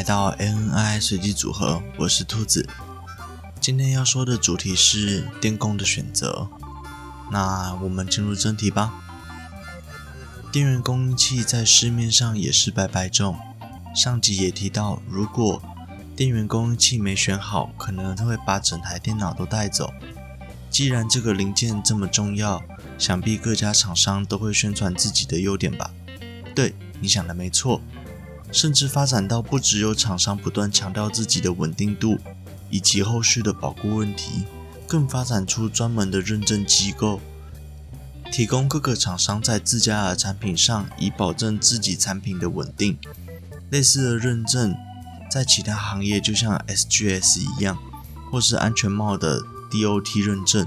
来到 ANI 随机组合，我是兔子。今天要说的主题是电工的选择。那我们进入正题吧。电源供应器在市面上也是百百种，上集也提到，如果电源供应器没选好，可能会把整台电脑都带走。既然这个零件这么重要，想必各家厂商都会宣传自己的优点吧？对，你想的没错。甚至发展到不只有厂商不断强调自己的稳定度以及后续的保固问题，更发展出专门的认证机构，提供各个厂商在自家的产品上以保证自己产品的稳定。类似的认证在其他行业就像 SGS 一样，或是安全帽的 DOT 认证。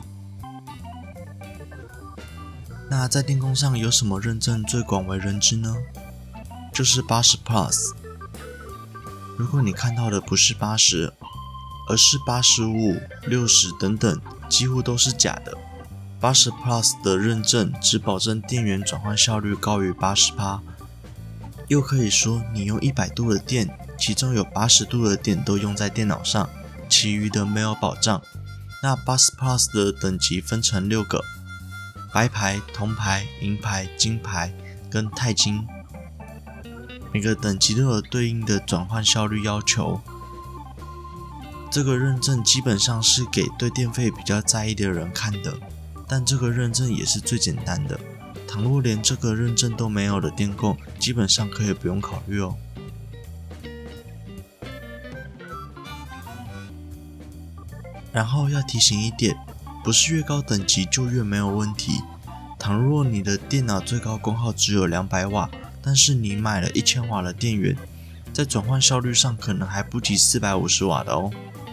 那在电工上有什么认证最广为人知呢？就是80 Plus。 如果你看到的不是80，而是85、60等等，几乎都是假的。80 Plus 的认证只保证电源转换效率高于 80%， 又可以说你用100度的电，其中有80度的电都用在电脑上，其余的没有保障。那80 Plus 的等级分成6个：白牌、铜牌、银牌、金牌跟钛金。每个等级都有对应的转换效率要求。这个认证基本上是给对电费比较在意的人看的，但这个认证也是最简单的。倘若连这个认证都没有的电工，基本上可以不用考虑哦。然后要提醒一点，不是越高等级就越没有问题。倘若你的电脑最高功耗只有200瓦，但是你买了1000瓦的电源，在转换效率上可能还不及450瓦的哦。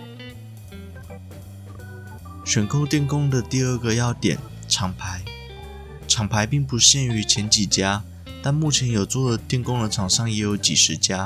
选购电工的第二个要点，厂牌。厂牌并不限于前几家，但目前有做的电工的厂商也有几十家。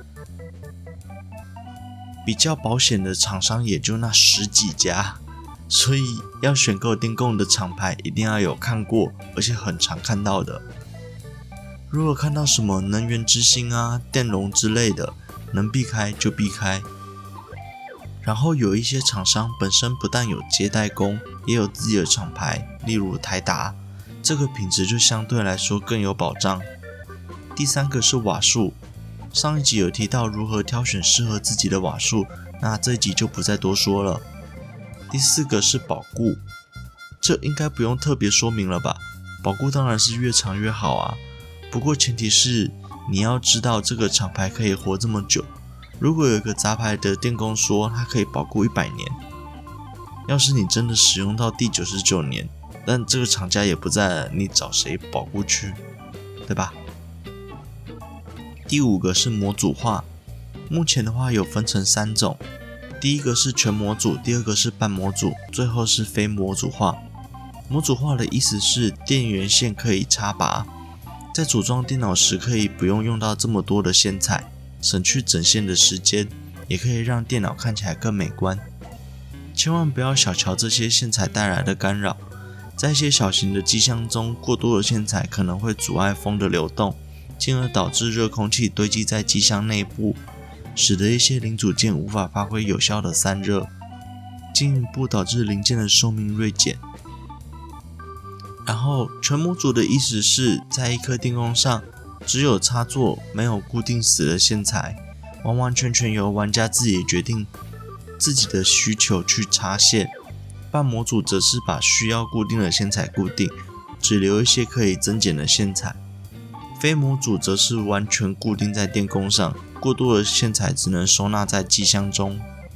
比较保险的厂商也就那10几家，所以要选购电工的厂牌一定要有看过，而且很常看到的。如果看到什么能源之星啊、电容之类的，能避开就避开。然后有一些厂商本身不但有接代工，也有自己的厂牌，例如台达，这个品质就相对来说更有保障。第三个是瓦数，上一集有提到如何挑选适合自己的瓦数，那这一集就不再多说了。第四个是保固，这应该不用特别说明了吧？保固当然是越长越好啊。不过前提是你要知道这个厂牌可以活这么久。如果有一个杂牌的电工说它可以保固100年，要是你真的使用到第99年，但这个厂家也不在了，你找谁保固去，对吧？第五个是模组化，目前的话有分成3种，第一个是全模组，第二个是半模组，最后是非模组化。模组化的意思是电源线可以插拔，在组装电脑时可以不用到这么多的线材，省去整线的时间，也可以让电脑看起来更美观。千万不要小瞧这些线材带来的干扰，在一些小型的机箱中，过多的线材可能会阻碍风的流动，进而导致热空气堆积在机箱内部，使得一些零组件无法发挥有效的散热，进一步导致零件的寿命锐减。然后全模组的意思是在一颗电工上只有插座，没有固定死的线材，完完全全由玩家自己决定自己的需求去插线。半模组则是把需要固定的线材固定，只留一些可以增减的线材。非模组则是完全固定在电工上，过多的线材只能收纳在机箱中。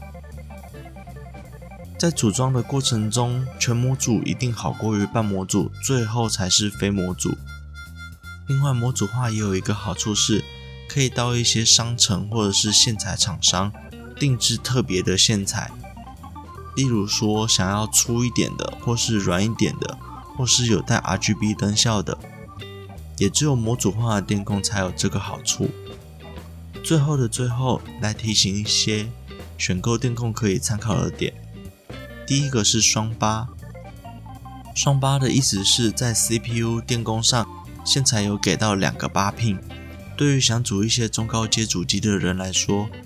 在组装的过程中，全模组一定好过于半模组，最后才是非模组。另外，模组化也有一个好处是，可以到一些商城或者是线材厂商定制特别的线材，例如说想要粗一点的，或是软一点的，或是有带 RGB 灯效的，也只有模组化的电工才有这个好处。最后的最后，来提醒一些选购电工可以参考的点。第一个是双八，双八的意思是在 CPU 电工上线材有给到2个8pin，对于想组一些中高阶主机的人来说，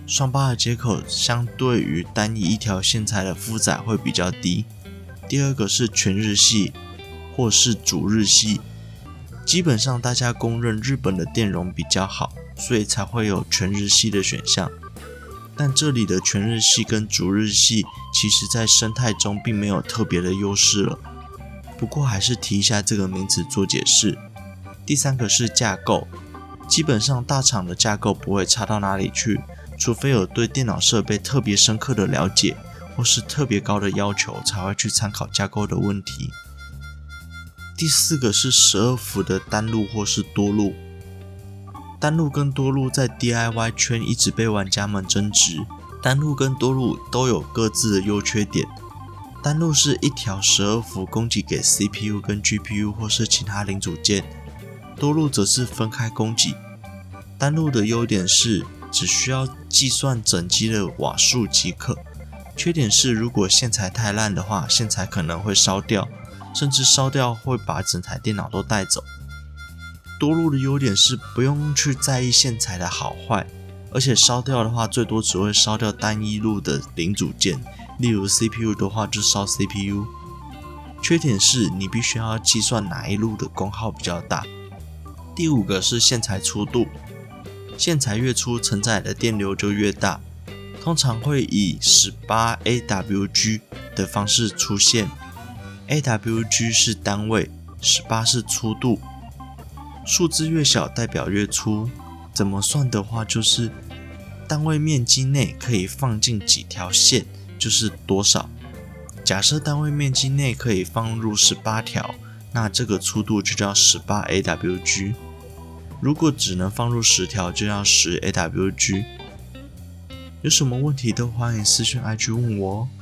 双八的接口相对于单一一条线材的负载会比较低。第二个是全日系或是主日系，基本上大家公认日本的电容比较好，所以才会有全日系的选项。但这里的全日系跟主日系其实在生态中并没有特别的优势了，不过还是提一下这个名词做解释。第三个是架构，基本上大厂的架构不会差到哪里去，除非有对电脑设备特别深刻的了解或是特别高的要求才会去参考架构的问题。第四个是12伏的单路或是多路。单路跟多路在 DIY 圈一直被玩家们争执，单路跟多路都有各自的优缺点。单路是一条12伏供给给 CPU 跟 GPU 或是其他零组件，多路则是分开供给。单路的优点是只需要计算整机的瓦数即可，缺点是如果线材太烂的话，线材可能会烧掉，甚至烧掉会把整台电脑都带走。多路的优点是不用去在意线材的好坏，而且烧掉的话最多只会烧掉单一路的零组件，例如 CPU 的话就烧 CPU。缺点是你必须要计算哪一路的功耗比较大。第五个是线材粗度，线材越粗承载的电流就越大，通常会以18 AWG 的方式出现。AWG 是单位，18是粗度，数字越小代表越粗。怎么算的话，就是单位面积内可以放进几条线就是多少。假设单位面积内可以放入18条，那这个粗度就叫18 AWG。如果只能放入10条，就要10 AWG。有什么问题都欢迎私讯 IG 问我哦。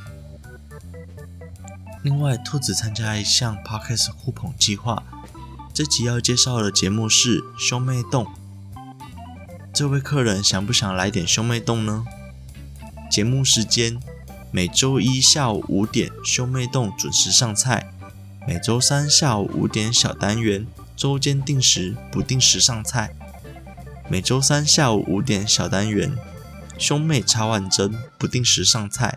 另外，兔子参加一项 Podcast 互捧计划，这集要介绍的节目是兄妹洞。这位客人想不想来点兄妹洞呢？节目时间每周一下午5点兄妹洞准时上菜，每周三下午5点小单元，周间定时不定时上菜。每周三下午5点小单元，兄妹茶碗蒸不定时上菜。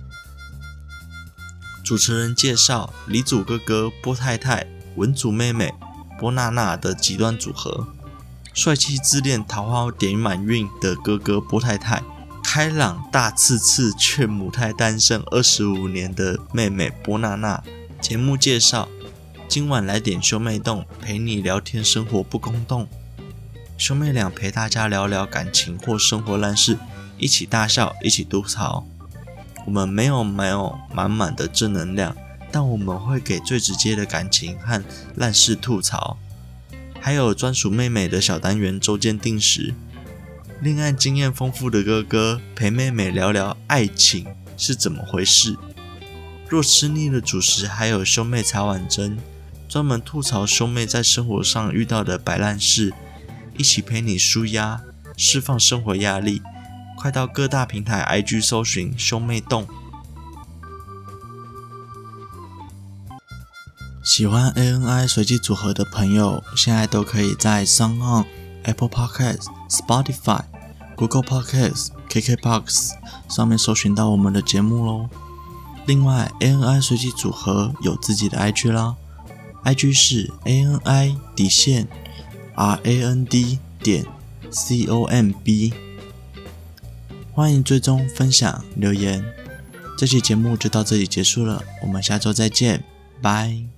主持人介绍李祖哥哥、波太太、文祖妹妹、波娜娜的极端组合，帅气自恋、桃花点满运的哥哥波太太，开朗大刺刺却母胎单身25年的妹妹波娜娜。节目介绍：今晚来点兄妹洞，陪你聊天，生活不空洞。兄妹俩陪大家聊聊感情或生活烂事，一起大笑，一起吐槽。我们没有满满的正能量，但我们会给最直接的感情和烂事吐槽，还有专属妹妹的小单元周间定时。恋爱经验丰富的哥哥陪妹妹聊聊爱情是怎么回事。若吃腻了主食，还有兄妹茶碗蒸，专门吐槽兄妹在生活上遇到的摆烂事，一起陪你抒压，释放生活压力。快到各大平台 IG 搜寻兄妹洞。喜欢 ANI 随机组合的朋友，现在都可以在 SoundOn、Apple Podcasts、Spotify、Google Podcasts、KKBOX 上面搜寻到我们的节目咯。另外 ANI 随机组合有自己的 IG 啦， IG 是 ANI_RAND.COMB，欢迎追踪、分享、留言。这期节目就到这里结束了，我们下周再见，拜。